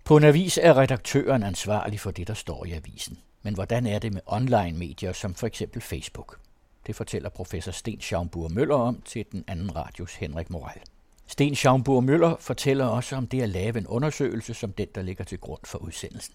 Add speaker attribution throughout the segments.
Speaker 1: På en avis er redaktøren ansvarlig for det, der står i avisen. Men hvordan er det med online-medier som for eksempel Facebook? Det fortæller professor Sten Schaumburg-Müller om til den anden radios Henrik Moral. Sten Schaumburg-Müller fortæller også om det at lave en undersøgelse som den, der ligger til grund for udsendelsen.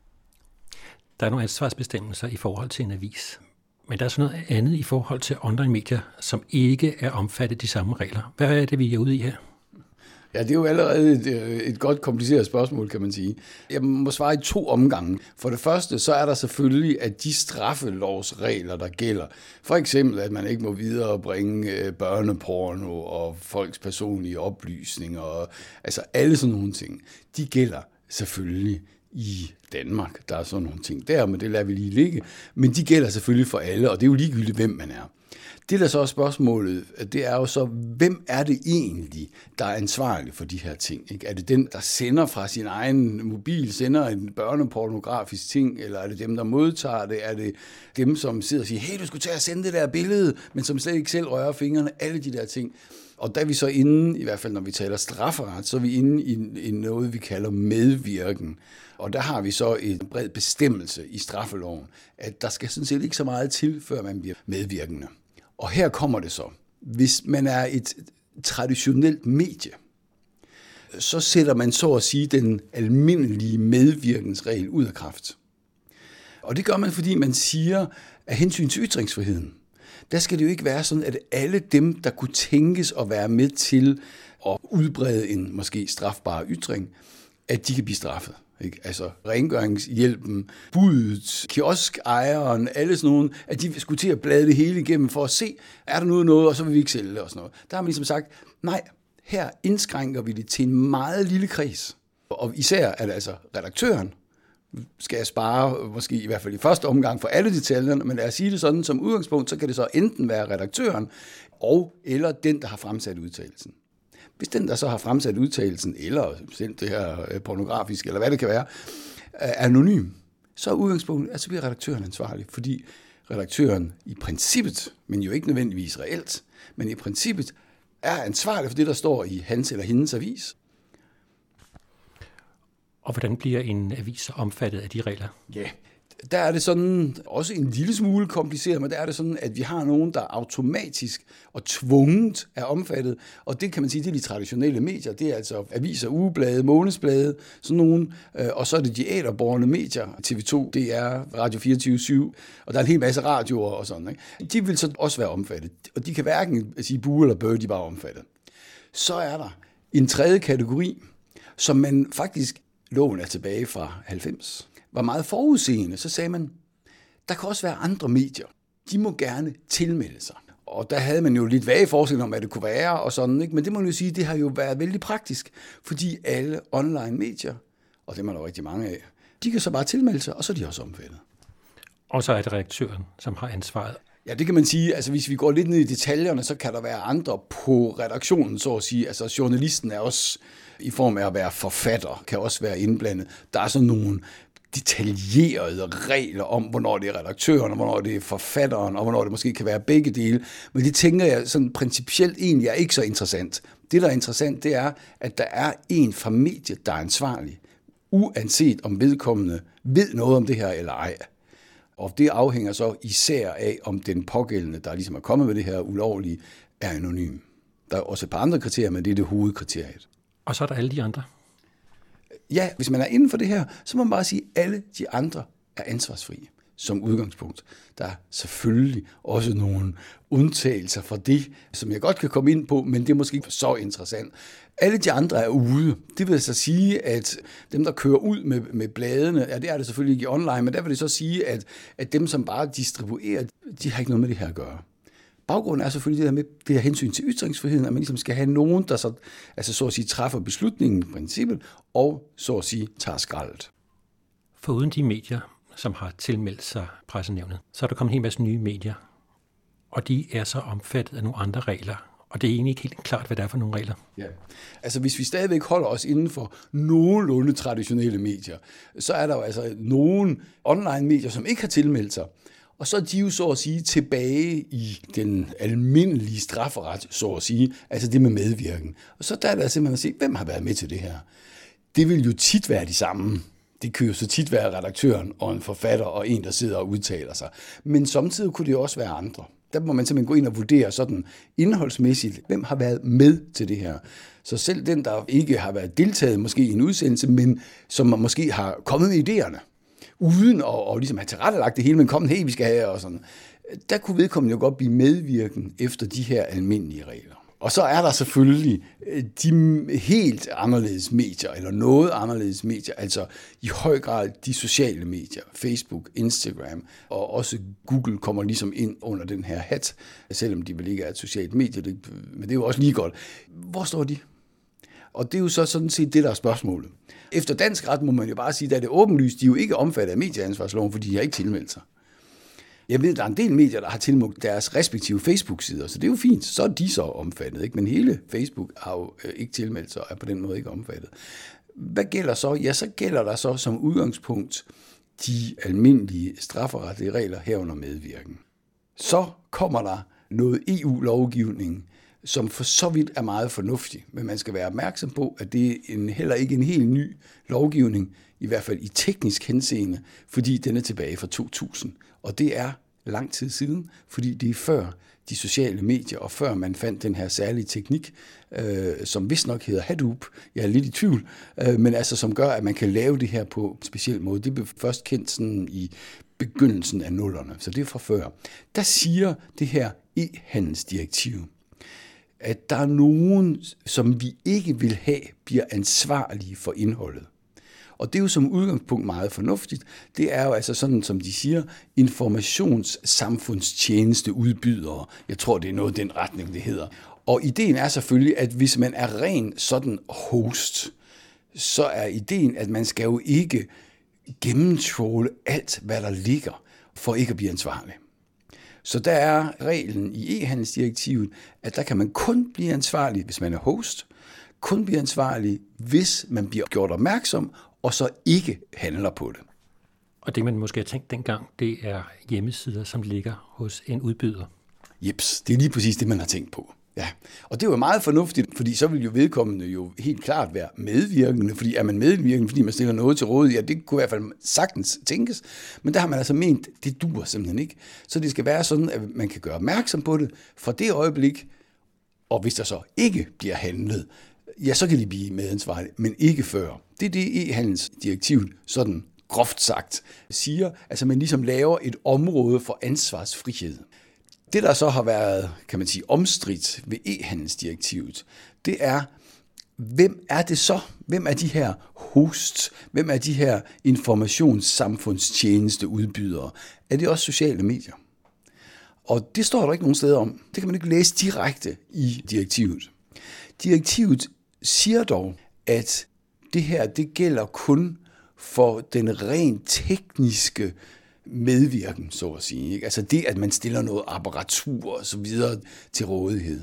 Speaker 2: Der er nogle ansvarsbestemmelser i forhold til en avis. Men der er sådan noget andet i forhold til online-medier, som ikke er omfattet af de samme regler. Hvad er det, vi er ude i her?
Speaker 3: Ja, det er jo allerede et godt kompliceret spørgsmål, kan man sige. Jeg må svare i 2 omgange. For det første, så er der selvfølgelig, at de straffelovsregler, der gælder, for eksempel, at man ikke må viderebringe børneporno og folks personlige oplysninger, og, altså alle sådan nogle ting, de gælder selvfølgelig i Danmark. Der er sådan nogle ting der, men det lader vi lige ligge. Men de gælder selvfølgelig for alle, og det er jo ligegyldigt, hvem man er. Det, der så er spørgsmålet, det er jo så, hvem er det egentlig, der er ansvarlig for de her ting? Ikke? Er det den, der sender fra sin egen mobil, sender en børnepornografisk ting, eller er det dem, der modtager det? Er det dem, som sidder og siger, hey, du skulle tage at sende det der billede, men som slet ikke selv rører fingrene? Alle de der ting. Og der er vi så inde, i hvert fald når vi taler strafferet, så er vi inde i noget, vi kalder medvirken. Og der har vi så en bred bestemmelse i straffeloven, at der skal sådan set ikke så meget til, før man bliver medvirkende. Og her kommer det så. Hvis man er et traditionelt medie, så sætter man så at sige den almindelige medvirkensregel ud af kraft. Og det gør man, fordi man siger, at hensyn til ytringsfriheden, der skal det jo ikke være sådan, at alle dem, der kunne tænkes at være med til at udbrede en måske strafbar ytring, at de kan blive straffet. Ikke? Altså rengøringshjælpen, budet, kioskejeren, alle sådan nogle, at de skulle til at blade det hele igennem for at se, er der noget, og så vil vi ikke sælge det og sådan noget. Der har man ligesom sagt, nej, her indskrænker vi det til en meget lille kreds. Og især er det altså redaktøren, skal jeg spare, måske i hvert fald i første omgang for alle detaljerne, men lad os sige det sådan som udgangspunkt, så kan det så enten være redaktøren, eller den, der har fremsat udtalelsen. Hvis den, der så har fremsat udtalelsen, eller sendt det her pornografisk, eller hvad det kan være, er anonym, så er udgangspunktet, at så bliver redaktøren ansvarlig, fordi redaktøren i princippet, men jo ikke nødvendigvis reelt, men i princippet er ansvarlig for det, der står i hans eller hendes avis.
Speaker 2: Og hvordan bliver en avis omfattet af de regler?
Speaker 3: Ja, der er det sådan også en lille smule kompliceret, men der er det sådan, at vi har nogen, der automatisk og tvunget er omfattet, og det kan man sige, det er de traditionelle medier, det er altså aviser, ugeblade, månedsblade, sådan nogen, og så er det de æterbårne medier, TV2, DR, Radio 24/7, og der er en hel masse radioer og sådan, ikke? De vil så også være omfattet, og de kan hverken sige Bue eller Bøge, de var omfattet. Så er der en tredje kategori, som man faktisk, loven er tilbage fra 90, var meget forudseende, så sagde man, der kan også være andre medier. De må gerne tilmelde sig. Og der havde man jo lidt vage forestillinger om, hvad det kunne være og sådan, ikke? Men det må man jo sige, det har jo været vældig praktisk, fordi alle online medier, og det er der rigtig mange af, de kan så bare tilmelde sig, og så er de også omfattet.
Speaker 2: Og så er det redaktøren, som har ansvaret.
Speaker 3: Ja, det kan man sige. Altså, hvis vi går lidt ned i detaljerne, så kan der være andre på redaktionen, så at sige. Altså, journalisten er også i form af at være forfatter, kan også være indblandet. Der er sådan nogle detaljerede regler om, hvornår det er redaktøren, og hvornår det er forfatteren, og hvornår det måske kan være begge dele. Men det tænker jeg sådan principielt egentlig er ikke så interessant. Det, der er interessant, det er, at der er en fra mediet, der er ansvarlig, uanset om vedkommende ved noget om det her eller ej. Og det afhænger så især af, om den pågældende, der ligesom er kommet med det her ulovlige, er anonym. Der er også et par andre kriterier, men det er det hovedkriteriet.
Speaker 2: Og så er der alle de andre.
Speaker 3: Ja, hvis man er inden for det her, så må man bare sige, at alle de andre er ansvarsfrie som udgangspunkt. Der er selvfølgelig også nogle undtagelser fra det, som jeg godt kan komme ind på, men det er måske ikke så interessant. Alle de andre er ude. Det vil så sige, at dem, der kører ud med bladene, ja, det er det selvfølgelig ikke i online, men der vil det så sige, at dem, som bare distribuerer, de har ikke noget med det her at gøre. Baggrunden er selvfølgelig det der med det her hensyn til ytringsfriheden, at man ligesom skal have nogen, der så at sige træffer beslutningen i princippet, og så at sige tager skraldet.
Speaker 2: Foruden de medier, som har tilmeldt sig pressenævnet, så er der kommet en hel masse nye medier, og de er så omfattet af nogle andre regler, og det er egentlig ikke helt klart, hvad det er for nogle regler.
Speaker 3: Ja. Altså hvis vi stadigvæk holder os inden for nogenlunde traditionelle medier, så er der jo altså nogle online medier, som ikke har tilmeldt sig, og så er de jo så at sige tilbage i den almindelige strafferet, så at sige, altså det med medvirken. Og så der er der simpelthen at se, hvem har været med til det her. det vil jo tit være de samme. Det kan jo så tit være redaktøren og en forfatter og en, der sidder og udtaler sig. Men samtidig kunne det også være andre. Der må man simpelthen gå ind og vurdere sådan indholdsmæssigt, hvem har været med til det her. Så selv den, der ikke har været deltaget måske i en udsendelse, men som måske har kommet med idéerne, uden at ligesom have tilrettelagt det hele, men kommet, hey, vi skal have og sådan. Der kunne vedkommende jo godt blive medvirken efter de her almindelige regler. Og så er der selvfølgelig de helt anderledes medier, eller noget anderledes medier, altså i høj grad de sociale medier, Facebook, Instagram, og også Google kommer ligesom ind under den her hat, selvom de vel ikke er et socialt medie, men det er jo også lige godt. Hvor står de? Og det er jo så sådan set det, der er spørgsmålet. Efter dansk ret må man jo bare sige, at det er åbenlyst, de er jo ikke omfattet af medieansvarsloven, fordi de har ikke tilmeldt sig. Jeg ved, der er en del medier, der har tilmeldt deres respektive Facebook-sider, så det er jo fint. Så er de så omfattet, ikke? Men hele Facebook har jo ikke tilmeldt sig og er på den måde ikke omfattet. Hvad gælder så? Ja, så gælder der så som udgangspunkt de almindelige strafferetlige regler herunder medvirken. Så kommer der noget EU-lovgivning, som for så vidt er meget fornuftig, men man skal være opmærksom på, at det er heller ikke en helt ny lovgivning, i hvert fald i teknisk henseende, fordi den er tilbage fra 2000. Og det er lang tid siden, fordi det er før de sociale medier, og før man fandt den her særlige teknik, som vist nok hedder Hadoop, jeg er lidt i tvivl, men altså som gør, at man kan lave det her på en speciel måde. Det blev først kendt sådan i begyndelsen af 00'erne, så det er fra før. Der siger det her e-handelsdirektiv, at der er nogen, som vi ikke vil have, bliver ansvarlige for indholdet. Og det er jo som udgangspunkt meget fornuftigt. Det er jo altså sådan, som de siger, informationssamfundstjenesteudbydere. Jeg tror, det er noget den retning, det hedder. Og ideen er selvfølgelig, at hvis man er ren sådan host, så er ideen, at man skal jo ikke gennemtråle alt, hvad der ligger, for ikke at blive ansvarlig. Så der er reglen i e-handelsdirektivet, at der kan man kun blive ansvarlig, hvis man er host, kun blive ansvarlig, hvis man bliver gjort opmærksom, og så ikke handler på det.
Speaker 2: Og det, man måske har tænkt dengang, det er hjemmesider, som ligger hos en udbyder.
Speaker 3: Jeps, det er lige præcis det, man har tænkt på. Ja, og det er jo meget fornuftigt, fordi så vil jo vedkommende jo helt klart være medvirkende, fordi er man medvirkende, fordi man stiller noget til rådighed, ja, det kunne i hvert fald sagtens tænkes, men der har man altså ment, det duer simpelthen ikke. Så det skal være sådan, at man kan gøre opmærksom på det fra det øjeblik, og hvis der så ikke bliver handlet, ja, så kan de blive medansvarlige, men ikke før. Det er det e-handelsdirektivet sådan groft sagt siger, altså man ligesom laver et område for ansvarsfrihed. Det, der så har været, kan man sige, omstridt ved e-handelsdirektivet, det er, hvem er det så? Hvem er de her hosts? Hvem er de her informationssamfundstjenesteudbydere? Er det også sociale medier? Og det står der ikke nogen steder om. Det kan man ikke læse direkte i direktivet. Direktivet siger dog, at det her, det gælder kun for den rent tekniske medvirken, så at sige. Ikke? Altså det, at man stiller noget apparatur og så videre til rådighed.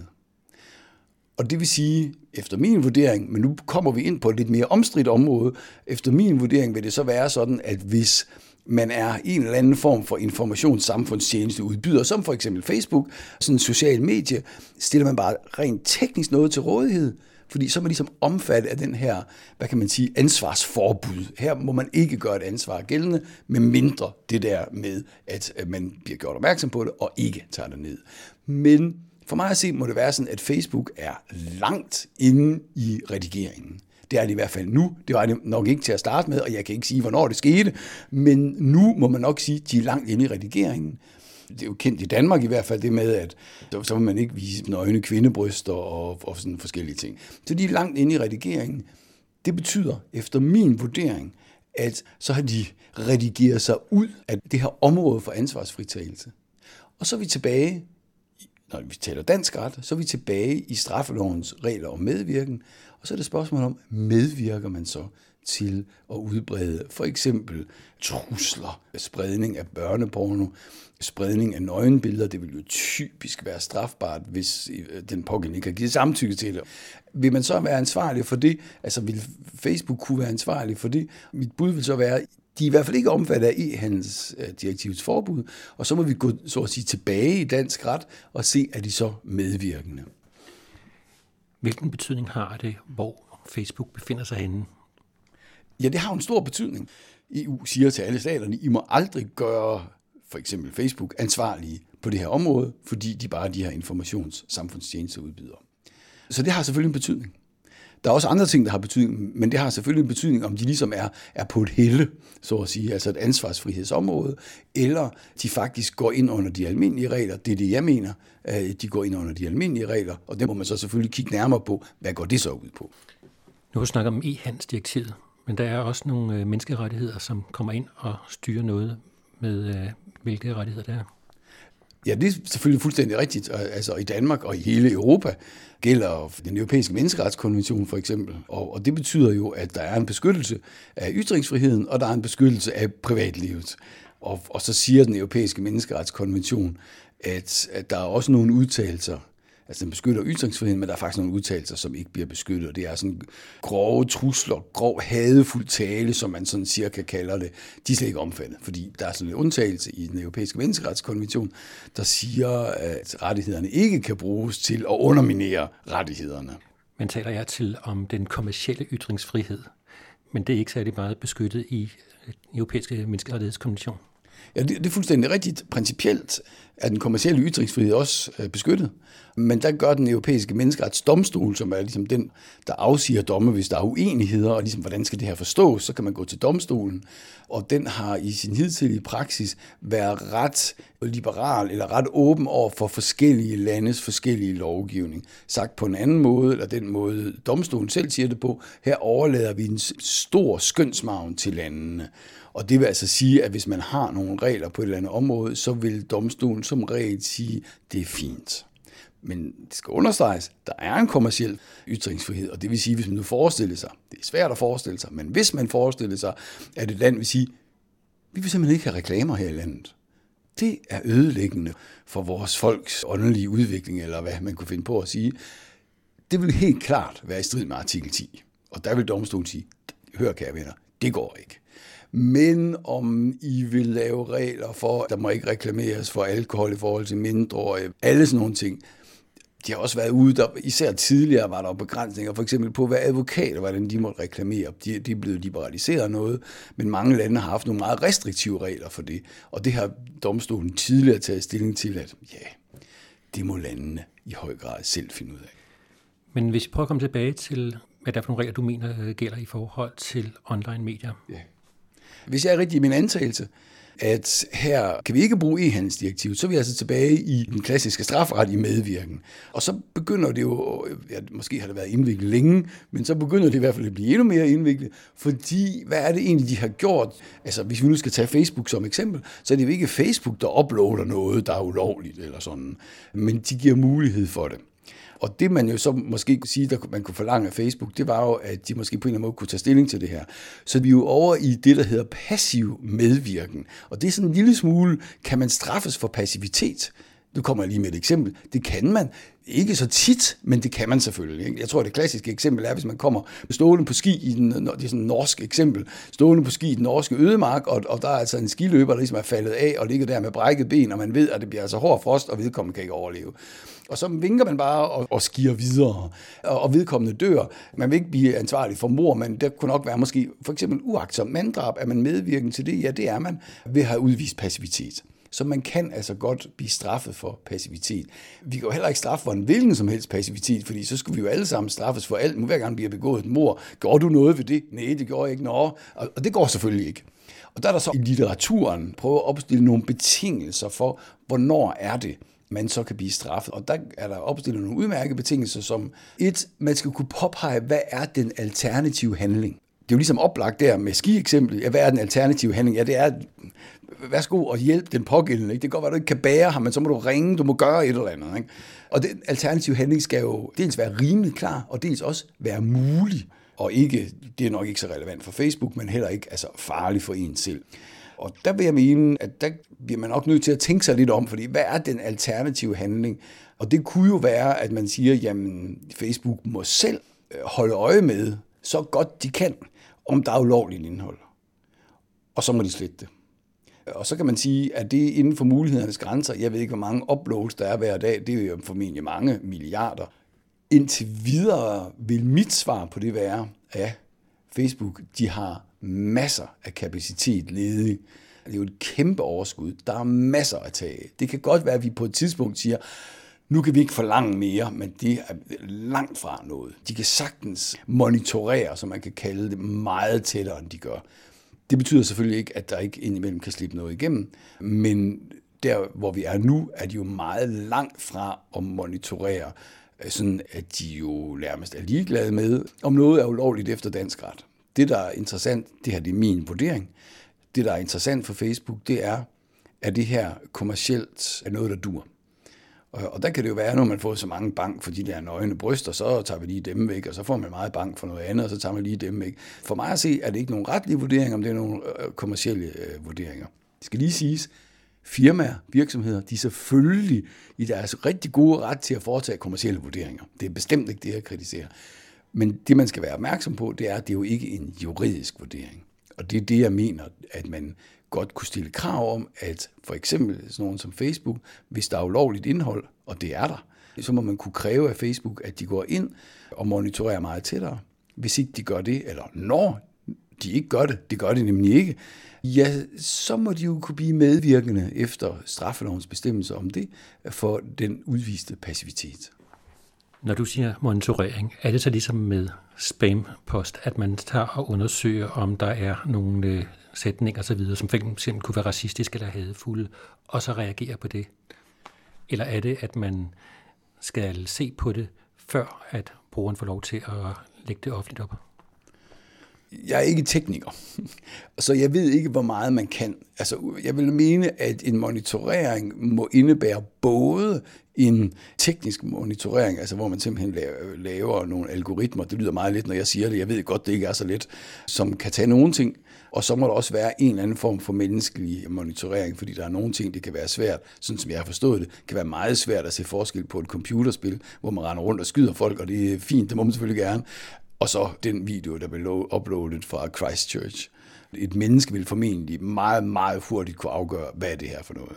Speaker 3: Og det vil sige, efter min vurdering, men nu kommer vi ind på et lidt mere omstridt område, efter min vurdering vil det så være sådan, at hvis man er en eller anden form for informationssamfundstjeneste udbyder, som for eksempel Facebook, sådan en social medie, stiller man bare rent teknisk noget til rådighed, fordi så er man ligesom omfattet af den her, hvad kan man sige, ansvarsforbud. Her må man ikke gøre et ansvar gældende, med mindre det der med, at man bliver gjort opmærksom på det, og ikke tager det ned. Men for mig at se, må det være sådan, at Facebook er langt inde i redigeringen. Det er det i hvert fald nu. Det var det nok ikke til at starte med, og jeg kan ikke sige, hvornår det skete, men nu må man nok sige, at de er langt inde i redigeringen. Det er jo kendt i Danmark i hvert fald, det med, at så må man ikke vise nøgne kvindebryster og sådan forskellige ting. Så de er langt inde i redigeringen. Det betyder, efter min vurdering, at så har de redigeret sig ud af det her område for ansvarsfritagelse. Og så er vi tilbage, når vi taler dansk ret, så er vi tilbage i straffelovens regler om medvirken, og så er det spørgsmål om, medvirker man så til at udbrede for eksempel trusler, spredning af børneporno, spredning af nøgenbilleder. Det vil jo typisk være strafbart, hvis den pågældende ikke har givet samtykke til det. Vil man så være ansvarlig for det? Altså vil Facebook kunne være ansvarlig for det? Mit bud vil så være, de er i hvert fald ikke omfattet af e-handelsdirektivets forbud, og så må vi gå så at sige tilbage i dansk ret og se, er de så medvirkende.
Speaker 2: Hvilken betydning har det, hvor Facebook befinder sig henne?
Speaker 3: Ja, det har en stor betydning. EU siger til alle staterne, I må aldrig gøre for eksempel Facebook ansvarlige på det her område, fordi de bare er de her informationssamfundstjenesteudbydere. Så det har selvfølgelig en betydning. Der er også andre ting, der har betydning, men det har selvfølgelig en betydning, om de ligesom er på et helle, så at sige, altså et ansvarsfrihedsområde, eller de faktisk går ind under de almindelige regler. Det er det, jeg mener. De går ind under de almindelige regler, og det må man så selvfølgelig kigge nærmere på. Hvad går det så ud på?
Speaker 2: Nu har du snakket om e-handelsdirektivet, men der er også nogle menneskerettigheder, som kommer ind og styrer noget med, hvilke rettigheder der er.
Speaker 3: Ja, det er selvfølgelig fuldstændig rigtigt. Altså i Danmark og i hele Europa gælder den europæiske menneskeretskonvention for eksempel. Og det betyder jo, at der er en beskyttelse af ytringsfriheden, og der er en beskyttelse af privatlivet. Og så siger den europæiske menneskeretskonvention, at der er også nogle udtalelser, altså den beskytter ytringsfriheden, men der er faktisk nogle udtalelser, som ikke bliver beskyttet. Det er sådan grove trusler, grov hadefuld tale, som man sådan cirka kalder det. De er slet ikke omfattet, fordi der er sådan en undtagelse i den europæiske menneskeretskonvention, der siger, at rettighederne ikke kan bruges til at underminere rettighederne.
Speaker 2: Man taler jeg til om den kommercielle ytringsfrihed, men det er ikke særlig meget beskyttet i den europæiske menneskerettighedskonvention.
Speaker 3: Ja, det er fuldstændig rigtigt. Principielt er den kommercielle ytringsfrihed også beskyttet, men der gør den europæiske menneskeretsdomstol, som er ligesom den, der afsiger domme, hvis der er uenigheder, og ligesom, hvordan skal det her forstås, så kan man gå til domstolen, og den har i sin hidtidige praksis været ret liberal eller ret åben over for forskellige landes forskellige lovgivning. Sagt på en anden måde, eller den måde domstolen selv siger det på, her overlader vi en stor skønsmargen til landene. Og det vil altså sige, at hvis man har nogle regler på et eller andet område, så vil domstolen som regel sige, det er fint. Men det skal understreges, der er en kommerciel ytringsfrihed, og det vil sige, hvis man nu forestiller sig, det er svært at forestille sig, men hvis man forestiller sig, at et land vil sige, vi vil simpelthen ikke have reklamer her i landet. Det er ødelæggende for vores folks åndelige udvikling, eller hvad man kunne finde på at sige. Det vil helt klart være i strid med artikel 10. Og der vil domstolen sige, hør kære venner, det går ikke. Men om I vil lave regler for, at der må ikke reklameres for alkohol i forhold til mindreårige, alle sådan nogle ting. De har også været ude, der, især tidligere var der begrænsninger, for eksempel på, hvad advokater, hvordan de måtte reklamere. De er blevet liberaliseret noget, men mange lande har haft nogle meget restriktive regler for det. Og det har domstolen tidligere taget stilling til, at ja, det må landene i høj grad selv finde ud af.
Speaker 2: Men hvis vi prøver at komme tilbage til, hvad der er for nogle regler, du mener gælder i forhold til online medier.
Speaker 3: Ja. Hvis jeg er rigtig i min antagelse, at her kan vi ikke bruge e-handelsdirektivet, så er vi altså tilbage i den klassiske strafret i medvirken. Og så begynder det jo, ja, måske har det været indviklet længe, men så begynder det i hvert fald at blive endnu mere indviklet, fordi hvad er det egentlig, de har gjort? Altså hvis vi nu skal tage Facebook som eksempel, så er det jo ikke Facebook, der uploader noget, der er ulovligt eller sådan, men de giver mulighed for det. Og det man jo så måske kunne sige, at man kunne forlange af Facebook, det var jo, at de måske på en eller anden måde kunne tage stilling til det her. Så vi er jo over i det, der hedder passiv medvirken. Og det er sådan en lille smule, kan man straffes for passivitet? Nu kommer jeg lige med et eksempel. Det kan man. Ikke så tit, men det kan man selvfølgelig. Ikke? Jeg tror, det klassiske eksempel er, hvis man kommer stående på ski i den, det er sådan en norsk eksempel, stående på ski i den norske ødemark, og der er altså en skiløber, der ligesom er faldet af og ligger der med brækket ben, og man ved, at det bliver altså hård frost, og vedkommende kan ikke overleve. Og så vinker man bare og skier videre, og vedkommende dør. Man vil ikke blive ansvarlig for mord, men der kunne nok være måske for eksempel uagtsom manddrab. Er man medvirkende til det? Ja, det er man ved at have udvist passivitet. Så man kan altså godt blive straffet for passivitet. Vi kan jo heller ikke straffe for en hvilken som helst passivitet, fordi så skulle vi jo alle sammen straffes for alt. Hver gang bliver begået et mord. Gjorde du noget ved det? Nej, det gjorde jeg ikke. Nå. Og det går selvfølgelig ikke. Og der er der så i litteraturen prøver at opstille nogle betingelser for, hvornår er det, man så kan blive straffet. Og der er der opstillet nogle udmærkede betingelser, som man skal kunne påpege, hvad er den alternative handling. Det er jo ligesom oplagt der med ski-eksemplet. Ja, hvad er den alternative handling? Ja, det er, værsgo og hjælp den pågældende. Ikke? Det kan godt være, du ikke kan bære ham, men så må du ringe, du må gøre et eller andet. Ikke? Og den alternative handling skal jo dels være rimelig klar, og dels også være mulig. Og ikke, det er nok ikke så relevant for Facebook, men heller ikke altså farlig for en selv. Og der vil jeg mene, at der bliver man nok nødt til at tænke sig lidt om, fordi hvad er den alternative handling? Og det kunne jo være, at man siger, jamen Facebook må selv holde øje med, så godt de kan, om der er ulovligt indhold. Og så må de slette det. Og så kan man sige, at det er inden for mulighedernes grænser. Jeg ved ikke, hvor mange uploads der er hver dag. Det er jo formentlig mange milliarder. Indtil videre vil mit svar på det være, at Facebook, de har masser af kapacitet ledig. Det er jo et kæmpe overskud. Der er masser at tage. Det kan godt være, at vi på et tidspunkt siger, nu kan vi ikke forlange mere, men det er langt fra noget. De kan sagtens monitorere, som man kan kalde det, meget tættere, end de gør. Det betyder selvfølgelig ikke, at der ikke indimellem kan slippe noget igennem, men der, hvor vi er nu, er de jo meget langt fra at monitorere, sådan at de jo nærmest er ligeglade med, om noget er ulovligt efter dansk ret. Det, der er interessant, det her det er min vurdering. Det, der er interessant for Facebook, det er det her kommercielt er noget, der dur. Og der kan det jo være, når man får så mange bank for de der nøgne bryster, så tager vi lige dem væk, og så får man meget bank for noget andet, og så tager man lige dem væk. For mig at se, er det ikke nogen retlige vurderinger, om det er nogle kommercielle vurderinger. Det skal lige siges, firmaer, virksomheder, de er selvfølgelig i deres rigtig gode ret til at foretage kommercielle vurderinger. Det er bestemt ikke det, jeg kritiserer. Men det, man skal være opmærksom på, det er, at det er jo ikke en juridisk vurdering. Og det er det, jeg mener, at man godt kunne stille krav om, at for eksempel sådan nogen som Facebook, hvis der er ulovligt indhold, og det er der, så må man kunne kræve af Facebook, at de går ind og monitorerer meget tættere. Hvis ikke de gør det, eller når de ikke gør det gør de nemlig ikke, ja, så må de jo kunne blive medvirkende efter straffelovens bestemmelser om det, for den udviste passivitet.
Speaker 2: Når du siger monitorering, er det så ligesom med spampost, at man tager og undersøger, om der er nogle sætninger osv., som for eksempel kunne være racistiske eller hadefulde, og så reagerer på det? Eller er det, at man skal se på det, før at brugeren får lov til at lægge det offentligt op?
Speaker 3: Jeg er ikke tekniker, så jeg ved ikke, hvor meget man kan. Altså, jeg vil mene, at en monitorering må indebære både en teknisk monitorering, altså hvor man simpelthen laver nogle algoritmer. Det lyder meget let, når jeg siger det. Jeg ved godt, det ikke er så let, som kan tage nogle ting. Og så må der også være en eller anden form for menneskelig monitorering, fordi der er nogle ting, det kan være svært, sådan som jeg har forstået det, kan være meget svært at se forskel på et computerspil, hvor man render rundt og skyder folk, og det er fint, det må man selvfølgelig gerne. Og så den video, der blev uploadet fra Christchurch. Et menneske vil formentlig meget, meget hurtigt kunne afgøre, hvad er det her for noget.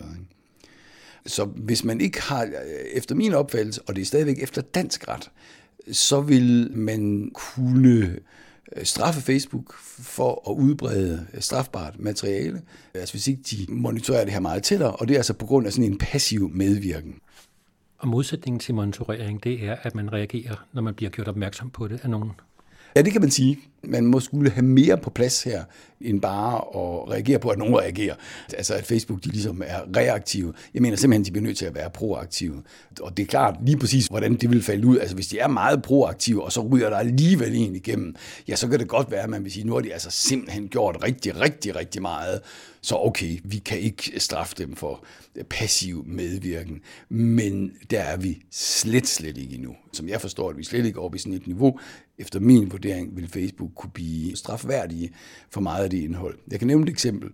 Speaker 3: Så hvis man ikke har, efter min opfattelse, og det er stadigvæk efter dansk ret, så vil man kunne straffe Facebook for at udbrede strafbart materiale. Altså hvis ikke de monitorerer det her meget tættere, og det er altså på grund af sådan en passiv medvirken.
Speaker 2: Og modsætningen til monitorering, det er, at man reagerer, når man bliver gjort opmærksom på det af nogen.
Speaker 3: Ja, det kan man sige. Man må skulle have mere på plads her, end bare at reagere på, at nogen reagerer. Altså, at Facebook, de ligesom er reaktive. Jeg mener simpelthen, de bliver nødt til at være proaktive. Og det er klart lige præcis, hvordan det vil falde ud. Altså, hvis de er meget proaktive, og så ryger der alligevel en igennem, ja, så kan det godt være, at man vil sige, nu har de altså simpelthen gjort rigtig meget. Så okay, vi kan ikke straffe dem for passiv medvirken. Men der er vi slet ikke endnu. Som jeg forstår, at vi slet ikke oppe i sådan et niveau. Efter min vurdering vil Facebook kunne blive strafværdige for meget af det indhold. Jeg kan nævne et eksempel.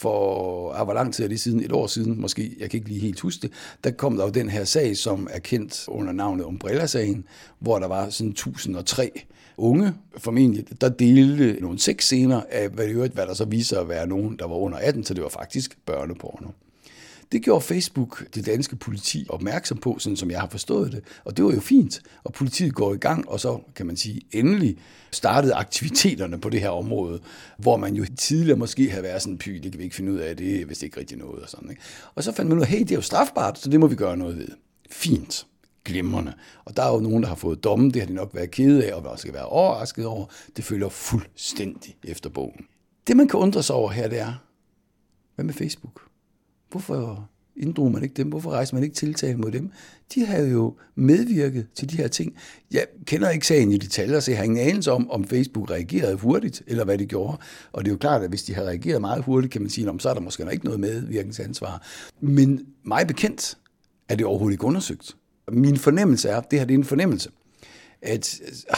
Speaker 3: For hvor lang tid er det siden? Et år siden måske, jeg kan ikke lige helt huske det, der kom der jo den her sag, som er kendt under navnet Umbrella-sagen, hvor der var sådan 1003 unge, formentlig, der delte nogle sexscener af, hvad der så viser at være nogen, der var under 18, så det var faktisk børneporno. Det gjorde Facebook, det danske politi, opmærksom på, sådan som jeg har forstået det, og det var jo fint, og politiet går i gang, og så kan man sige, endelig startede aktiviteterne på det her område, hvor man jo tidligere måske havde været sådan, det kan vi ikke finde ud af, det er vist ikke rigtig noget og sådan, ikke? Og så fandt man ud af, hey, det er jo strafbart, så det må vi gøre noget ved. Fint. Glimrende. Og der er jo nogen, der har fået domme, det har de nok været kede af, og også skal være overrasket over. Det følger fuldstændig efter bogen. Det, man kan undre sig over her, det er, hvad med Facebook? Hvorfor inddrog man ikke dem? Hvorfor rejser man ikke tiltale mod dem? De har jo medvirket til de her ting. Jeg kender ikke sagen i detaljer, så jeg har ingen anelse om Facebook reagerede hurtigt, eller hvad de gjorde. Og det er jo klart, at hvis de har reageret meget hurtigt, kan man sige, så er der måske ikke noget medvirkensansvar. Men mig bekendt er det overhovedet ikke undersøgt. Min fornemmelse er, det her det er en fornemmelse, at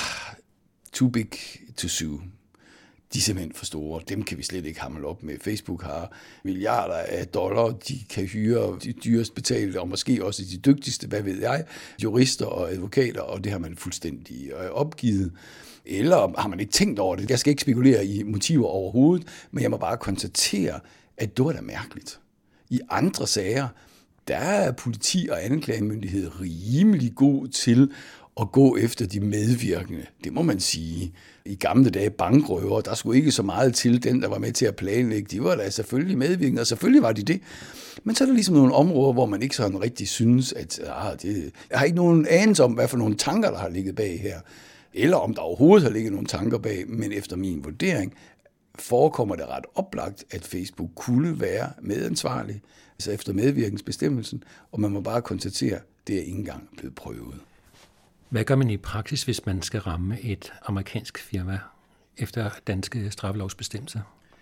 Speaker 3: too big to sue. De er simpelthen for store. Dem kan vi slet ikke hamle op med. Facebook har milliarder af dollar. De kan hyre de dyrest betalte, og måske også de dygtigste, hvad ved jeg, jurister og advokater, og det har man fuldstændig opgivet. Eller har man ikke tænkt over det? Jeg skal ikke spekulere i motiver overhovedet, men jeg må bare konstatere, at det var da mærkeligt. I andre sager, der er politi og anklagemyndighed rimelig god til at gå efter de medvirkende. Det må man sige. i gamle dage bankrøver. Der skulle ikke så meget til den, der var med til at planlægge. De var da selvfølgelig medvirkende, og selvfølgelig var de det. Men så er der ligesom nogle områder, hvor man ikke sådan rigtig synes, at jeg har ikke nogen anelse om, hvad for nogle tanker, der har ligget bag her. Eller om der overhovedet har ligget nogle tanker bag, men efter min vurdering forekommer det ret oplagt, at Facebook kunne være medansvarlig, altså efter medvirkningsbestemmelsen, og man må bare konstatere, at det er ikke engang blevet prøvet.
Speaker 2: Hvad gør man i praksis, hvis man skal ramme et amerikansk firma efter danske straffelovsbestemmelser?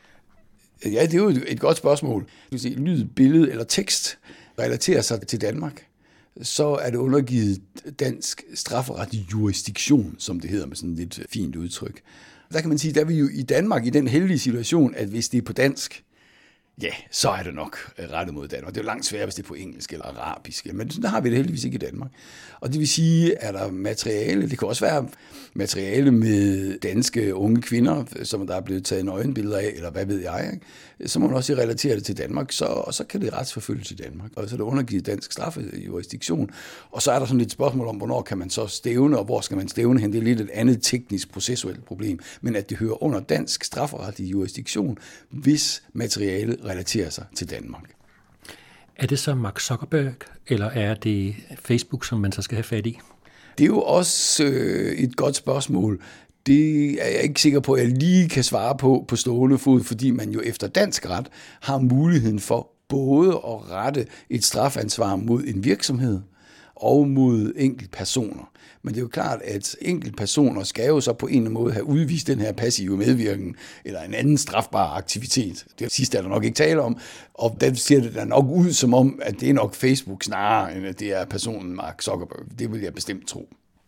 Speaker 3: Ja, det er jo et godt spørgsmål. Lyd, billede eller tekst relaterer sig til Danmark, så er det undergivet dansk strafferetlig jurisdiktion, som det hedder med sådan et lidt fint udtryk. Der kan man sige, der er vi jo i Danmark i den heldige situation, at hvis det er på dansk, ja, så er det nok rettet mod Danmark. Det er jo langt sværere, hvis det er på engelsk eller arabisk. Men der har vi det heldigvis ikke i Danmark. Og det vil sige, er der materiale, det kan også være materiale med danske unge kvinder, som der er blevet taget nøgenbilleder af, eller hvad ved jeg, ikke? Så må man også relatere det til Danmark, så kan det retsforfølges i Danmark. Og så er det undergivet dansk strafjurisdiktion. Og så er der sådan et spørgsmål om, hvornår kan man så stævne, og hvor skal man stævne hen. Det er lidt et andet teknisk processuelt problem, men at det hører under dansk strafferetlig jurisdiktion, hvis materiale relaterer sig til Danmark.
Speaker 2: Er det så Mark Zuckerberg, eller er det Facebook, som man så skal have fat i?
Speaker 3: Det er jo også et godt spørgsmål. Det er jeg ikke sikker på, at jeg lige kan svare på stående fod, fordi man jo efter dansk ret har muligheden for både at rette et strafansvar mod en virksomhed og mod enkeltpersoner. Men det er jo klart, at enkeltpersoner skal jo så på en eller anden måde have udvist den her passive medvirken eller en anden strafbar aktivitet. Det sidste er der nok ikke tale om, og der ser det da nok ud som om, at det er nok Facebook snarere, end at det er personen Mark Zuckerberg. Det vil jeg bestemt tro.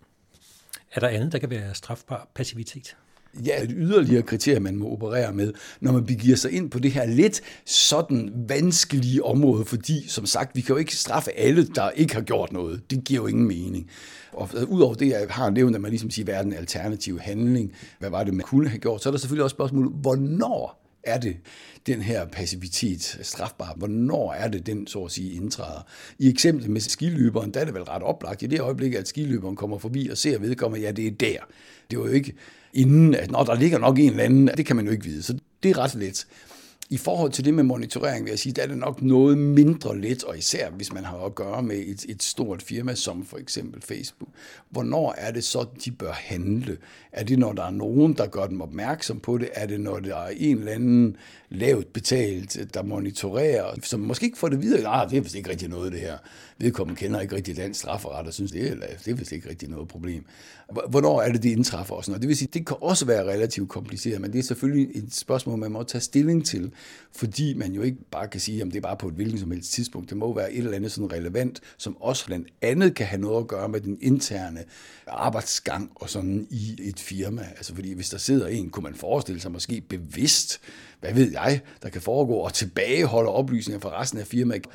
Speaker 2: Er der andet, der kan være strafbar passivitet?
Speaker 3: Ja, et yderligere kriterie, man må operere med, når man begiver sig ind på det her lidt sådan vanskelige område, fordi, som sagt, vi kan jo ikke straffe alle, der ikke har gjort noget. Det giver jo ingen mening. Og udover det, jeg har nævnt, at man ligesom siger, hvad er den alternative handling? Hvad var det, man kunne have gjort? Så er der selvfølgelig også spørgsmålet, hvornår er det den her passivitet strafbar? Hvornår er det den, så at sige, indtræder? I eksemplet med skiløberen, der er det vel ret oplagt. I det øjeblik, at skiløberen kommer forbi og ser vedkommende, ja, det er der. Det var jo ikke inden, at der ligger nok en eller anden, det kan man jo ikke vide. Så det er ret let. I forhold til det med monitorering, vil jeg sige, der er det nok noget mindre let, og især hvis man har at gøre med et stort firma, som for eksempel Facebook. Hvornår er det så, de bør handle? Er det, når der er nogen, der gør dem opmærksom på det? Er det, når der er en eller anden lavt betalt, der monitorerer, som måske ikke får det videre? Det er vist ikke rigtig noget, det her. Vedkommende kender ikke rigtig dansk strafferet og synes, det er vist ikke rigtig noget problem. Hvornår er det, de indtræffer også? Det vil sige, det kan også være relativt kompliceret, men det er selvfølgelig et spørgsmål, man må tage stilling til, fordi man jo ikke bare kan sige, at det er bare på et hvilket som helst tidspunkt. Det må være et eller andet sådan relevant, som også blandt andet kan have noget at gøre med den interne arbejdsgang og sådan i et firma. Altså fordi hvis der sidder en, kunne man forestille sig måske bevidst, hvad ved jeg, der kan foregå, og tilbageholder oplysninger fra resten af firmaet.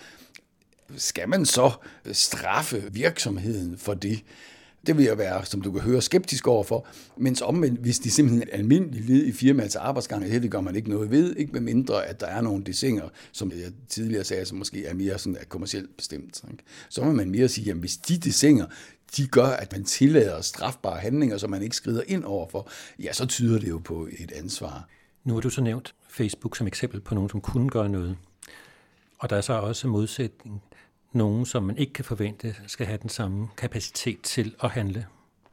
Speaker 3: Skal man så straffe virksomheden for det? Det vil jeg være, som du kan høre, skeptisk overfor, mens omvendt, hvis de simpelthen er almindelig led i firmaets arbejdsgang, det gør man ikke noget ved, ikke med mindre, at der er nogle desinger, som jeg tidligere sagde, som måske er mere sådan kommercielt bestemt. Ikke? Så må man mere sige, at hvis de desinger, de gør, at man tillader strafbare handlinger, som man ikke skrider ind overfor, ja, så tyder det jo på et ansvar.
Speaker 2: Nu har du så nævnt Facebook som eksempel på nogen, som kunne gøre noget. Og der er så også modsætning. Nogen, som man ikke kan forvente, skal have den samme kapacitet til at handle.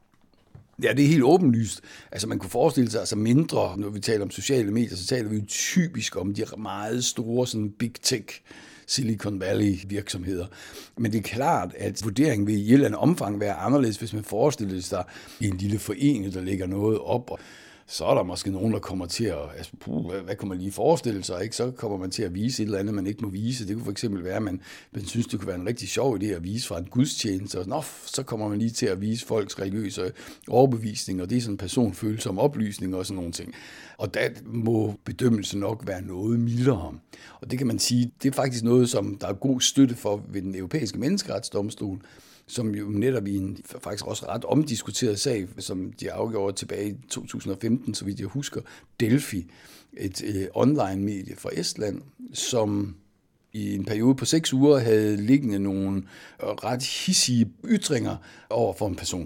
Speaker 3: Ja, det er helt åbenlyst. Altså man kunne forestille sig, altså mindre, når vi taler om sociale medier, så taler vi jo typisk om de meget store sådan big tech, Silicon Valley virksomheder. Men det er klart, at vurderingen vil i et eller andet omfang være anderledes, hvis man forestiller sig en lille forening, der lægger noget op, og så er der måske nogen, der kommer til at, altså, hvad kan man lige forestille sig, ikke? Så kommer man til at vise et eller andet, man ikke må vise. Det kunne for eksempel være, at man synes, det kunne være en rigtig sjov idé at vise fra en gudstjeneste, og så kommer man lige til at vise folks religiøse overbevisning, og det er sådan personfølsom oplysning og sådan nogle ting. Og der må bedømmelsen nok være noget mildere. Og det kan man sige, det er faktisk noget, som der er god støtte for ved den europæiske menneskeretsdomstol, som jo netop i en faktisk også ret omdiskuteret sag, som de afgjorde tilbage i 2015, så vidt jeg husker, Delphi, et online-medie fra Estland, som i en periode på 6 uger havde liggende nogle ret hissige ytringer over for en person.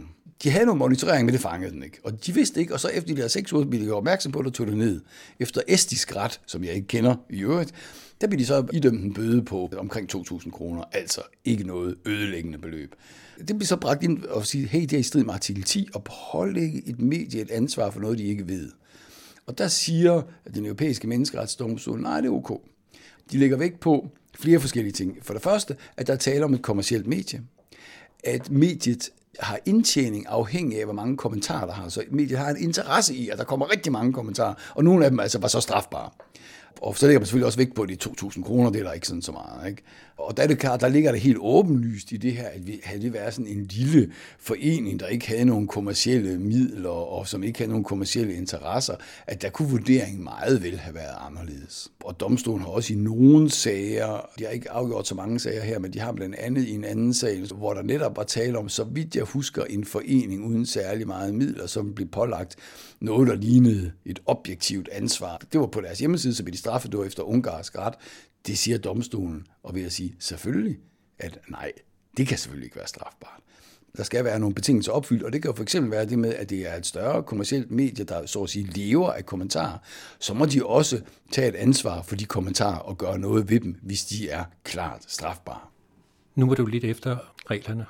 Speaker 3: De havde nogle monitorering, men det fangede den ikke. Og de vidste ikke, og så efter de der 6 uger, blev de opmærksom på, at tog det ned. Efter estisk ret, som jeg ikke kender i øvrigt, der blev de så idømt en bøde på omkring 2.000 kroner, altså ikke noget ødelæggende beløb. Det blev så bragt ind og sige, hey, det er i strid med artikel 10, og pålægge et medie et ansvar for noget, de ikke ved. Og der siger den europæiske menneskeretsdomstol, nej, det er ok. De lægger vægt på flere forskellige ting. For det første, at der taler om et kommercielt medie. At mediet har indtjening afhængig af, hvor mange kommentarer der har. Så mediet har en interesse i, at der kommer rigtig mange kommentarer, og nogle af dem altså var så strafbare. Og så lægger man selvfølgelig også vægt på de 2.000 kroner, det er der ikke sådan så meget, ikke? Og der er det klart, der ligger det helt åbenlyst i det her, at vi havde det været sådan en lille forening, der ikke havde nogen kommercielle midler, og som ikke havde nogen kommercielle interesser, at der kunne vurderingen meget vel have været anderledes. Og domstolen har også i nogle sager, de har ikke afgjort så mange sager her, men de har blandt andet i en anden sag, hvor der netop var tale om, så vidt jeg husker, en forening uden særlig meget midler, som blev pålagt noget, der lignede et objektivt ansvar. Det var på deres hjemmeside, så blev de straffet, det var efter ungarsk ret. Det siger domstolen, og vil jeg sige selvfølgelig, at nej, det kan selvfølgelig ikke være strafbart. Der skal være nogle betingelser opfyldt, og det kan jo for eksempel være det med, at det er et større kommercielt medie, der så at sige lever af kommentarer. Så må de også tage et ansvar for de kommentarer og gøre noget ved dem, hvis de er klart strafbare.
Speaker 2: Nu var du lidt efter reglerne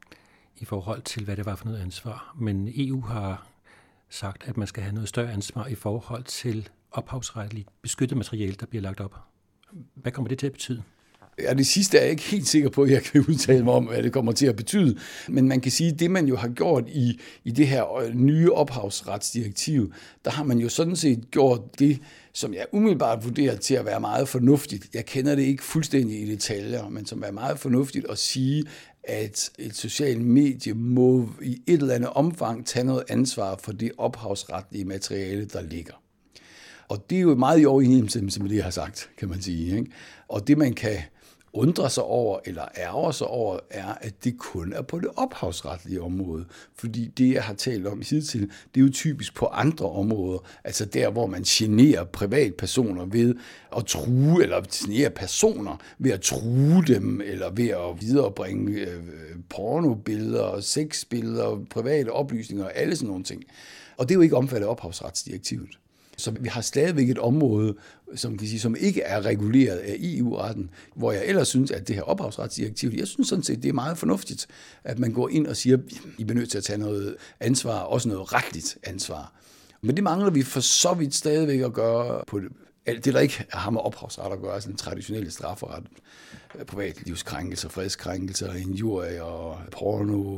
Speaker 2: i forhold til, hvad det var for noget ansvar, men EU har sagt, at man skal have noget større ansvar i forhold til ophavsretligt beskyttet materiale, der bliver lagt op. Hvad kommer det til at betyde?
Speaker 3: Ja, det sidste er jeg ikke helt sikker på, at jeg kan udtale mig om, hvad det kommer til at betyde. Men man kan sige, at det man jo har gjort i det her nye ophavsretsdirektiv, der har man jo sådan set gjort det, som jeg umiddelbart vurderer til at være meget fornuftigt. Jeg kender det ikke fuldstændig i detaljer, men som er meget fornuftigt at sige, at et socialt medie må i et eller andet omfang tage noget ansvar for det ophavsretlige materiale, der ligger. Og det er jo meget i overensstemmelse med det, jeg har sagt, kan man sige, ikke? Og det, man kan undre sig over, eller ærger sig over, er, at det kun er på det ophavsretlige område. Fordi det, jeg har talt om hidtil, det er jo typisk på andre områder. Altså der, hvor man generer privatpersoner ved at true, eller generer personer ved at true dem, eller ved at viderebringe pornobilleder, sexbilleder, private oplysninger og alle sådan nogle ting. Og det er jo ikke omfattet af ophavsretsdirektivet. Så vi har stadigvæk et område, som ikke er reguleret af EU-retten, hvor jeg ellers synes, at det her ophavsretsdirektiv, jeg synes sådan set, det er meget fornuftigt, at man går ind og siger, at I er nødt til at tage noget ansvar, også noget retligt ansvar. Men det mangler vi for så vidt stadigvæk at gøre på det, der ikke har med ophavsret at gøre, altså den traditionelle strafferet, privatlivskrænkelser, fredskrænkelser, injurier og porno.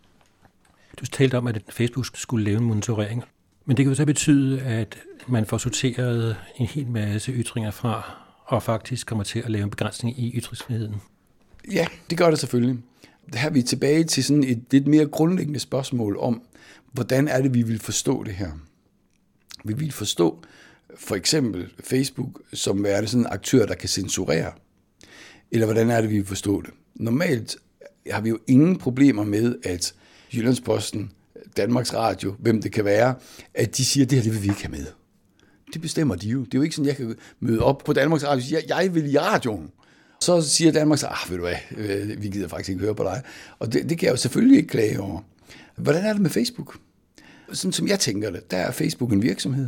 Speaker 2: Du talte om, at Facebook skulle lave en monitorering. Men det kan jo så betyde, at man får sorteret en hel masse ytringer fra, og faktisk kommer til at lave en begrænsning i ytringsfriheden.
Speaker 3: Ja, det gør det selvfølgelig. Her er vi tilbage til sådan et lidt mere grundlæggende spørgsmål om, hvordan er det, vi vil forstå det her. Vi vil forstå for eksempel Facebook som er det sådan en aktør, der kan censurere. Eller hvordan er det, vi vil forstå det. Normalt har vi jo ingen problemer med, at Jyllandsposten, Danmarks Radio, hvem det kan være, at de siger, at det her det vil vi ikke have med. Det bestemmer de jo. Det er jo ikke sådan, jeg kan møde op på Danmarks Radio og sige, jeg vil i radioen. Så siger Danmarks Radio, ved du hvad, vi gider faktisk ikke høre på dig. Og det kan jeg jo selvfølgelig ikke klage over. Hvordan er det med Facebook? Sådan som jeg tænker det, der er Facebook en virksomhed,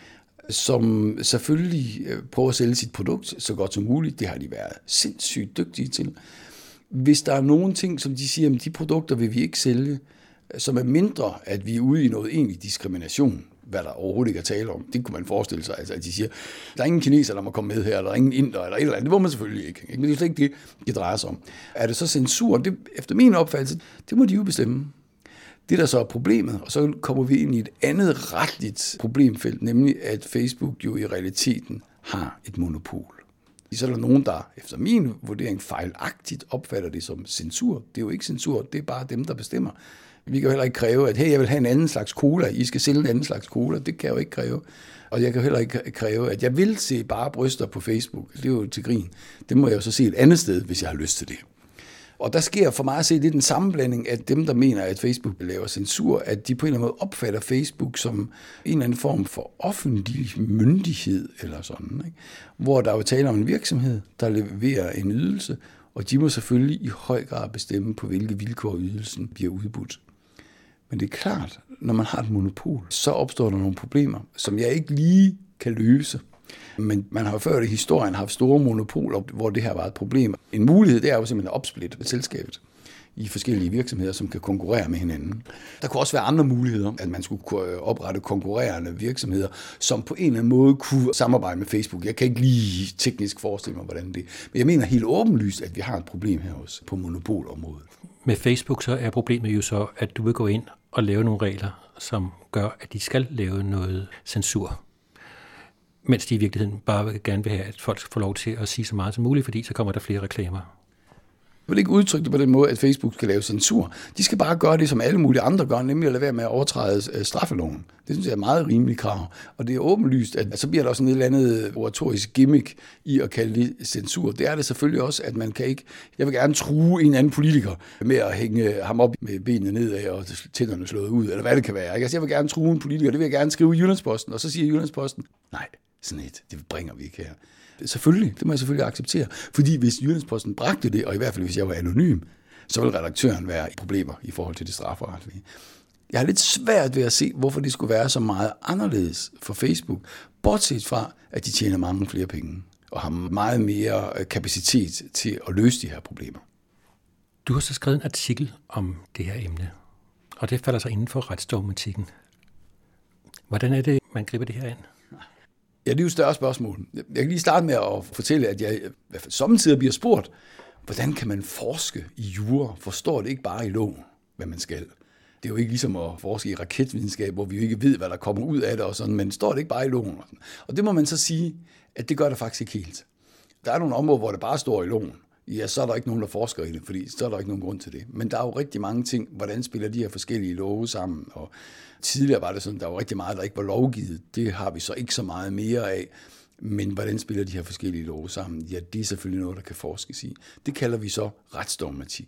Speaker 3: som selvfølgelig prøver at sælge sit produkt så godt som muligt. Det har de været sindssygt dygtige til. Hvis der er nogle ting, som de siger, at de produkter vil vi ikke sælge, som er mindre, at vi er ude i noget egentlig diskrimination, hvad der overhovedet ikke er tale om. Det kunne man forestille sig, altså, at de siger, der er ingen kineser, der må komme med her, eller der er ingen inder, eller et eller andet. Det må man selvfølgelig ikke. Men det er slet ikke det, det drejer sig om. Er det så censur? Det, efter min opfattelse, det må de jo bestemme. Det der så er problemet, og så kommer vi ind i et andet retligt problemfelt, nemlig at Facebook jo i realiteten har et monopol. Så er der nogen, der efter min vurdering fejlagtigt opfatter det som censur. Det er jo ikke censur, det er bare dem, der bestemmer. Vi kan jo heller ikke kræve, at hey, jeg vil have en anden slags cola, I skal sælge en anden slags cola. Det kan jeg jo ikke kræve. Og jeg kan heller ikke kræve, at jeg vil se bare bryster på Facebook. Det er jo til grin. Det må jeg jo så se et andet sted, hvis jeg har lyst til det. Og der sker for mig at se lidt en sammenblanding af dem, der mener, at Facebook laver censur, at de på en eller anden måde opfatter Facebook som en eller anden form for offentlig myndighed eller sådan, ikke? Hvor der jo taler om en virksomhed, der leverer en ydelse, og de må selvfølgelig i høj grad bestemme, på hvilke vilkår ydelsen bliver udbudt. Men det er klart, når man har et monopol, så opstår der nogle problemer, som jeg ikke lige kan løse. Men man har jo før i historien haft store monopoler, hvor det her var et problem. En mulighed, det er jo simpelthen at opsplitte selskabet i forskellige virksomheder, som kan konkurrere med hinanden. Der kunne også være andre muligheder, at man skulle kunne oprette konkurrerende virksomheder, som på en eller anden måde kunne samarbejde med Facebook. Jeg kan ikke lige teknisk forestille mig, hvordan det. Men jeg mener helt åbenlyst, at vi har et problem her også på monopolområdet.
Speaker 2: Med Facebook så er problemet jo så, at du vil gå ind og lave nogle regler, som gør, at de skal lave noget censur. Mens de i virkeligheden bare gerne vil have, at folk får lov til at sige så meget som muligt, fordi så kommer der flere reklamer.
Speaker 3: Jeg vil ikke udtrykke det på den måde, at Facebook skal lave censur. De skal bare gøre det, som alle mulige andre gør, nemlig at lade være med at overtræde straffeloven. Det synes jeg er et meget rimeligt krav. Og det er åbenlyst, at så bliver der også en eller andet oratorisk gimmick i at kalde det censur. Det er det selvfølgelig også, at man kan ikke... Jeg vil gerne true en anden politiker med at hænge ham op med benene nedad og tænderne slået ud, eller hvad det kan være. Altså, jeg vil gerne true en politiker, det vil jeg gerne skrive i Jyllandsposten, og så siger Jyllandsposten, nej, sådan et, det bringer vi ikke her. Selvfølgelig, det må jeg selvfølgelig acceptere. Fordi hvis Jyllandsposten bragte det, og i hvert fald hvis jeg var anonym, så ville redaktøren være i problemer i forhold til det strafferetlige. Jeg har lidt svært ved at se, hvorfor det skulle være så meget anderledes for Facebook, bortset fra, at de tjener mange flere penge og har meget mere kapacitet til at løse de her problemer.
Speaker 2: Du har så skrevet en artikel om det her emne, og det falder så inden for retsdogmatikken. Hvordan er det, man griber det her an?
Speaker 3: Ja, det er jo et større spørgsmål. Jeg kan lige starte med at fortælle, at jeg i hvert fald sommetider bliver spurgt, hvordan kan man forske i jura? Forstår det ikke bare i loven, hvad man skal? Det er jo ikke ligesom at forske i raketvidenskab, hvor vi jo ikke ved, hvad der kommer ud af det og sådan, men står det ikke bare i loven? Og det må man så sige, at det gør det faktisk ikke helt. Der er nogle områder, hvor det bare står i loven. Ja, så er der ikke nogen, der forsker i det, fordi så er der ikke nogen grund til det. Men der er jo rigtig mange ting, hvordan spiller de her forskellige love sammen, og tidligere var det sådan, der var rigtig meget, der ikke var lovgivet. Det har vi så ikke så meget mere af. Men hvordan spiller de her forskellige love sammen? Ja, det er selvfølgelig noget, der kan forskes i. Det kalder vi så retsdogmatik.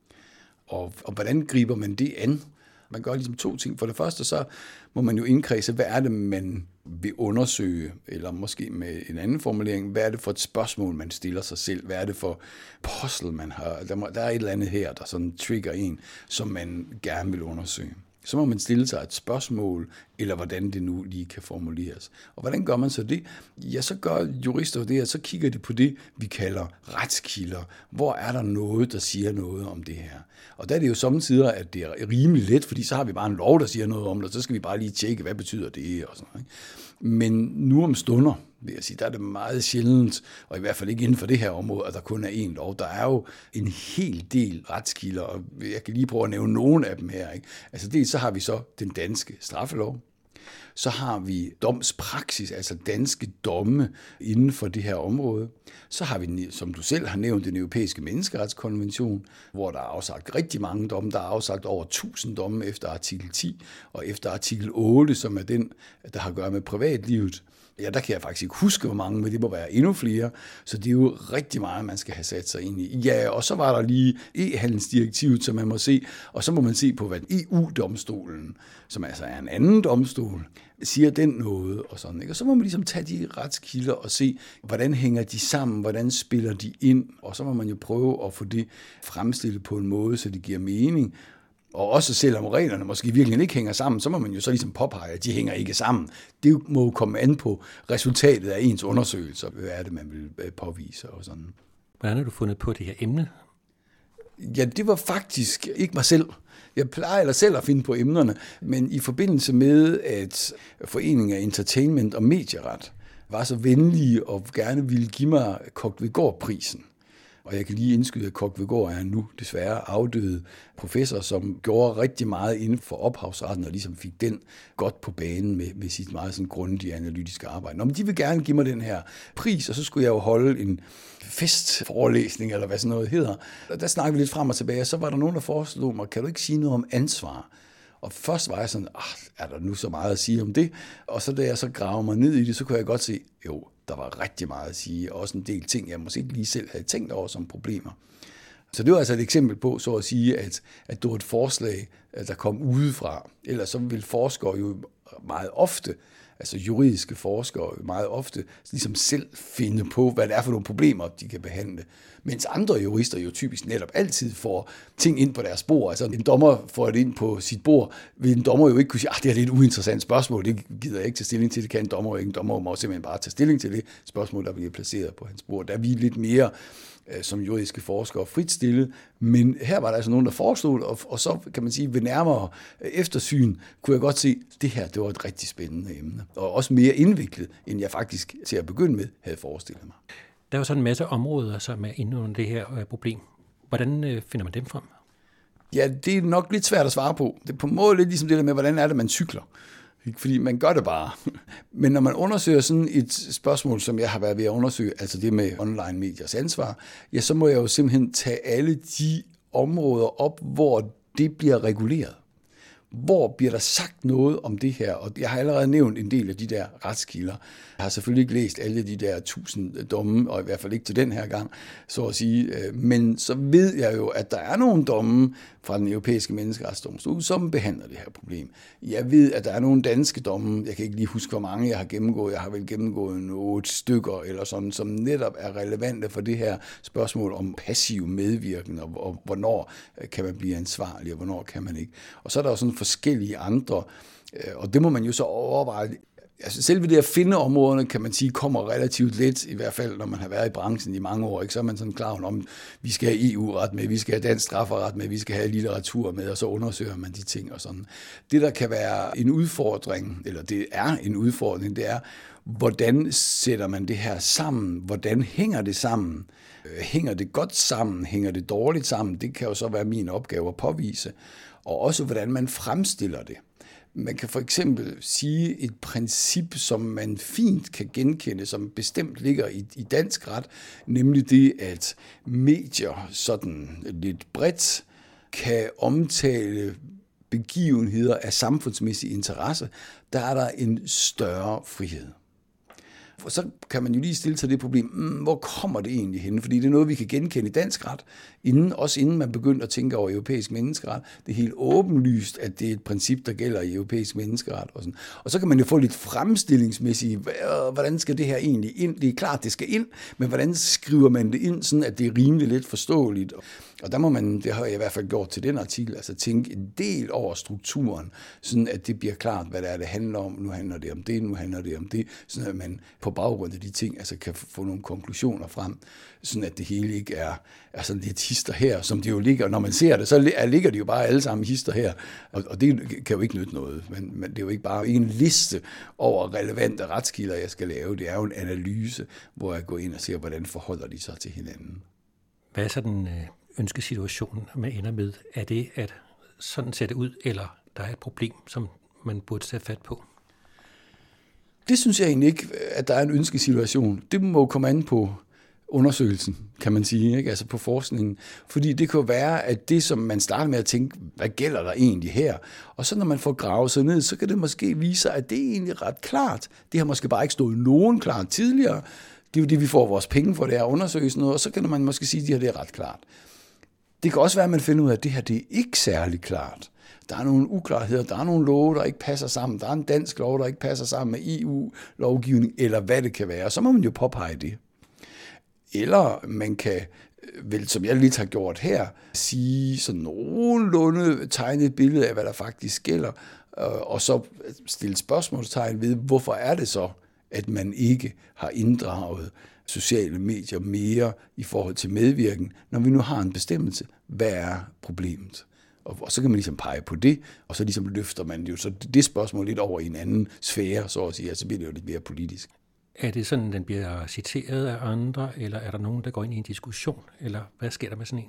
Speaker 3: Og hvordan griber man det an? Man gør ligesom to ting. For det første, så må man jo indkredse, hvad er det, man vil undersøge, eller måske med en anden formulering, hvad er det for et spørgsmål, man stiller sig selv? Hvad er det for puzzle, man har? Der er et eller andet her, der sådan trigger en, som man gerne vil undersøge. Så må man stille sig et spørgsmål, eller hvordan det nu lige kan formuleres. Og hvordan gør man så det? Ja, så gør jurister det, og så kigger de på det, vi kalder retskilder. Hvor er der noget, der siger noget om det her? Og der er det jo samtidig, at det er rimelig let, fordi så har vi bare en lov, der siger noget om det, og så skal vi bare lige tjekke, hvad betyder det, og sådan noget. Men nu om stunder, vil jeg sige, der er det meget sjældent, og i hvert fald ikke inden for det her område, at der kun er én lov. Der er jo en hel del retskilder, og jeg kan lige prøve at nævne nogle af dem her. Ikke? Altså dels så har vi så den danske straffelov, så har vi domspraksis, altså danske domme inden for det her område. Så har vi, som du selv har nævnt, den europæiske menneskeretskonvention, hvor der er afsagt rigtig mange domme. Der er afsagt over 1000 domme efter artikel 10, og efter artikel 8, som er den, der har at gøre med privatlivet. Ja, der kan jeg faktisk ikke huske, hvor mange, men det må være endnu flere. Så det er jo rigtig meget, man skal have sat sig ind i. Ja, og så var der lige e-handelsdirektivet, som man må se. Og så må man se på, hvad EU-domstolen, som altså er en anden domstol, siger den noget og sådan. Ikke? Og så må man ligesom tage de retskilder og se, hvordan hænger de sammen, hvordan spiller de ind. Og så må man jo prøve at få det fremstillet på en måde, så det giver mening. Og også selvom reglerne måske virkelig ikke hænger sammen, så må man jo så ligesom påpege, at de hænger ikke sammen. Det må jo komme an på resultatet af ens undersøgelser. Hvad er det, man vil påvise og sådan.
Speaker 2: Hvordan har du fundet på det her emne?
Speaker 3: Ja, det var faktisk ikke mig selv. Jeg plejer ellers selv at finde på emnerne, men i forbindelse med, at Foreningen af Entertainment og Medieret var så venlige og gerne ville give mig Koch-Vigor-prisen. Og jeg kan lige indskyde, at Koch-Vigor er nu desværre afdøde professor, som gjorde rigtig meget inden for ophavsretten, og ligesom fik den godt på banen med sit meget sådan grundige analytiske arbejde. Nå, men de vil gerne give mig den her pris, og så skulle jeg jo holde en festforelæsning, eller hvad sådan noget hedder. Og der snakkede vi lidt frem og tilbage, og så var der nogen, der foreslog mig, kan du ikke sige noget om ansvar? Og først var jeg sådan, er der nu så meget at sige om det? Og så da jeg så graver mig ned i det, så kunne jeg godt se, jo, der var rigtig meget at sige, og også en del ting, jeg måske ikke lige selv havde tænkt over som problemer. Så det var altså et eksempel på, så at sige, at det var et forslag, der kom udefra. Ellers så ville forskere jo meget ofte altså juridiske forskere meget ofte ligesom selv finde på, hvad det er for nogle problemer, de kan behandle. Mens andre jurister jo typisk netop altid får ting ind på deres bord. Altså en dommer får det ind på sit bord, vil en dommer jo ikke kunne sige, det er lidt uinteressant spørgsmål, det gider jeg ikke tage stilling til, det kan en dommer jo ikke. En dommer må simpelthen bare tage stilling til det spørgsmål, der bliver placeret på hans bord. Der er vi lidt mere som juridiske forskere frit stillet, men her var der altså nogen, der foreslog, og så kan man sige, ved nærmere eftersyn, kunne jeg godt se, at det her, det var et rigtig spændende emne, og også mere indviklet, end jeg faktisk til at begynde med havde forestillet mig.
Speaker 2: Der er jo sådan en masse områder, som er inde under det her problem. Hvordan finder man dem frem?
Speaker 3: Ja, det er nok lidt svært at svare på. Det er på en måde lidt ligesom det der med, hvordan er det, man cykler. Fordi man gør det bare. Men når man undersøger sådan et spørgsmål, som jeg har været ved at undersøge, altså det med online mediers ansvar, ja, så må jeg jo simpelthen tage alle de områder op, hvor det bliver reguleret. Hvor bliver der sagt noget om det her? Og jeg har allerede nævnt en del af de der retskilder. Jeg har selvfølgelig ikke læst alle de der 1000 domme, og i hvert fald ikke til den her gang, så at sige. Men så ved jeg jo, at der er nogle domme fra den europæiske menneskeretsdomstol, som behandler det her problem. Jeg ved, at der er nogle danske domme, jeg kan ikke lige huske, hvor mange jeg har gennemgået. Jeg har vel gennemgået 8 stykker, eller sådan, som netop er relevante for det her spørgsmål om passiv medvirken, og hvornår kan man blive ansvarlig, og hvornår kan man ikke. Og så er der jo sådan forskellige andre, og det må man jo så overveje. Altså selve det at finde områderne, kan man sige, kommer relativt let, i hvert fald når man har været i branchen i mange år, ikke? Så er man sådan klar om, vi skal have EU-ret med, vi skal have dansk strafferet med, vi skal have litteratur med, og så undersøger man de ting og sådan. Det, der kan være en udfordring, eller det er en udfordring, det er, hvordan sætter man det her sammen? Hvordan hænger det sammen? Hænger det godt sammen? Hænger det dårligt sammen? Det kan jo så være min opgave at påvise. Og også, hvordan man fremstiller det. Man kan for eksempel sige et princip, som man fint kan genkende, som bestemt ligger i dansk ret, nemlig det, at medier sådan lidt bredt kan omtale begivenheder af samfundsmæssig interesse. Der er der en større frihed. Og så kan man jo lige stille sig det problem, hvor kommer det egentlig hen? Fordi det er noget, vi kan genkende i dansk ret, inden man begynder at tænke over europæisk menneskeret. Det er helt åbenlyst, at det er et princip, der gælder i europæisk menneskeret. Og så kan man jo få lidt fremstillingsmæssigt, hvordan skal det her egentlig ind? Det er klart, det skal ind, men hvordan skriver man det ind, sådan at det er rimelig let forståeligt? Og der må man, det har jeg i hvert fald gjort til den artikel, altså tænke en del over strukturen, sådan at det bliver klart, hvad det er, det handler om. Nu handler det om det, nu handler det om det, sådan at man på baggrund af de ting altså kan få nogle konklusioner frem, sådan at det hele ikke er sådan lidt hister her, som det jo ligger. Når man ser det, så ligger de jo bare alle sammen hister her, og det kan jo ikke nytte noget. Men det er jo ikke bare en liste over relevante retskilder, jeg skal lave. Det er jo en analyse, hvor jeg går ind og ser, hvordan forholder de sig til hinanden.
Speaker 2: Hvad er så den ønskesituation, man ender med? Er det, at sådan ser det ud, eller der er et problem, som man burde tage fat på?
Speaker 3: Det synes jeg egentlig ikke, at der er en ønskesituation. Det må komme an på undersøgelsen, kan man sige, ikke? Altså på forskningen. Fordi det kan jo være, at det, som man starter med at tænke, hvad gælder der egentlig her? Og så når man får gravet sig ned, så kan det måske vise sig, at det er egentlig ret klart. Det har måske bare ikke stået nogen klart tidligere. Det er jo det, vi får vores penge for, det er at undersøge sådan noget, og så kan man måske sige, at det her det er ret klart. Det kan også være, at man finder ud af, at det her det er ikke særlig klart. Der er nogle uklarheder, der er nogle love, der ikke passer sammen, der er en dansk lov, der ikke passer sammen med EU-lovgivning, eller hvad det kan være. Så må man jo påpege det. Eller man kan, vel som jeg lidt har gjort her, sige sådan nogenlunde, tegne et billede af, hvad der faktisk gælder, og så stille spørgsmålstegn ved, hvorfor er det så, at man ikke har inddraget sociale medier mere i forhold til medvirken, når vi nu har en bestemmelse. Hvad er problemet? Og så kan man ligesom pege på det, og så ligesom løfter man jo så det spørgsmål lidt over i en anden sfære, så at sige, og så bliver det jo lidt mere politisk.
Speaker 2: Er det sådan, at den bliver citeret af andre, eller er der nogen, der går ind i en diskussion, eller hvad sker der med sådan en?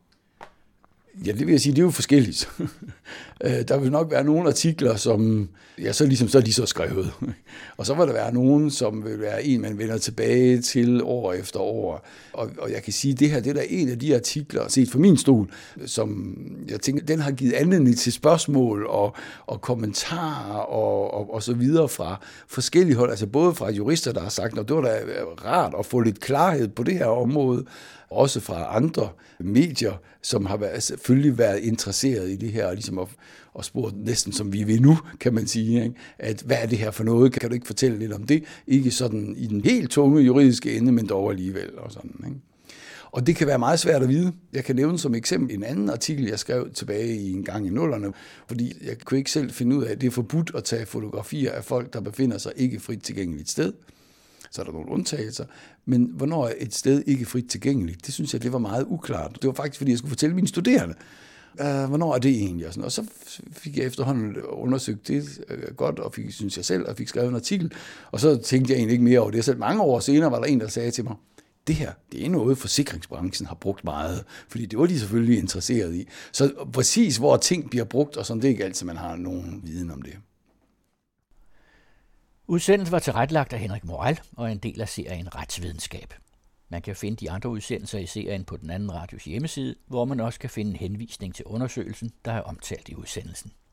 Speaker 3: Ja, det vil jeg sige, det er jo forskelligt. Der vil nok være nogle artikler, som så er de så skrevet. Og så vil der være nogen, som vil være en, man vender tilbage til år efter år. Og jeg kan sige, det her det er der en af de artikler, set fra min stol, som jeg tænker, den har givet anledning til spørgsmål og kommentarer og så videre fra forskellige hold. Altså både fra jurister, der har sagt, at det var da rart at få lidt klarhed på det her område. også fra andre medier, som har selvfølgelig været interesseret i det her, og ligesom og spurgt næsten som vi vil nu, kan man sige, ikke? At hvad er det her for noget? Kan du ikke fortælle lidt om det? Ikke sådan i den helt tunge juridiske ende, men dog alligevel. Og sådan, ikke? Og det kan være meget svært at vide. Jeg kan nævne som eksempel en anden artikel, jeg skrev tilbage i en gang i 00'erne, fordi jeg kunne ikke selv finde ud af, at det er forbudt at tage fotografier af folk, der befinder sig ikke frit tilgængeligt sted. Så er der nogle undtagelser. Men hvornår er et sted ikke frit tilgængeligt? Det synes jeg, det var meget uklart. Det var faktisk, fordi jeg skulle fortælle mine studerende, hvornår er det egentlig? Og så fik jeg efterhånden undersøgt det godt, og synes jeg selv, og fik skrevet en artikel. Og så tænkte jeg egentlig ikke mere over det. Så mange år senere var der en, der sagde til mig, det her, det er noget, forsikringsbranchen har brugt meget, fordi det var de selvfølgelig interesseret i. Så præcis hvor ting bliver brugt, og sådan, det er ikke altid, man har nogen viden om det.
Speaker 1: Udsendelsen var tilrettelagt af Henrik Moral og en del af serien Retsvidenskab. Man kan finde de andre udsendelser i serien på den anden radios hjemmeside, hvor man også kan finde en henvisning til undersøgelsen, der er omtalt i udsendelsen.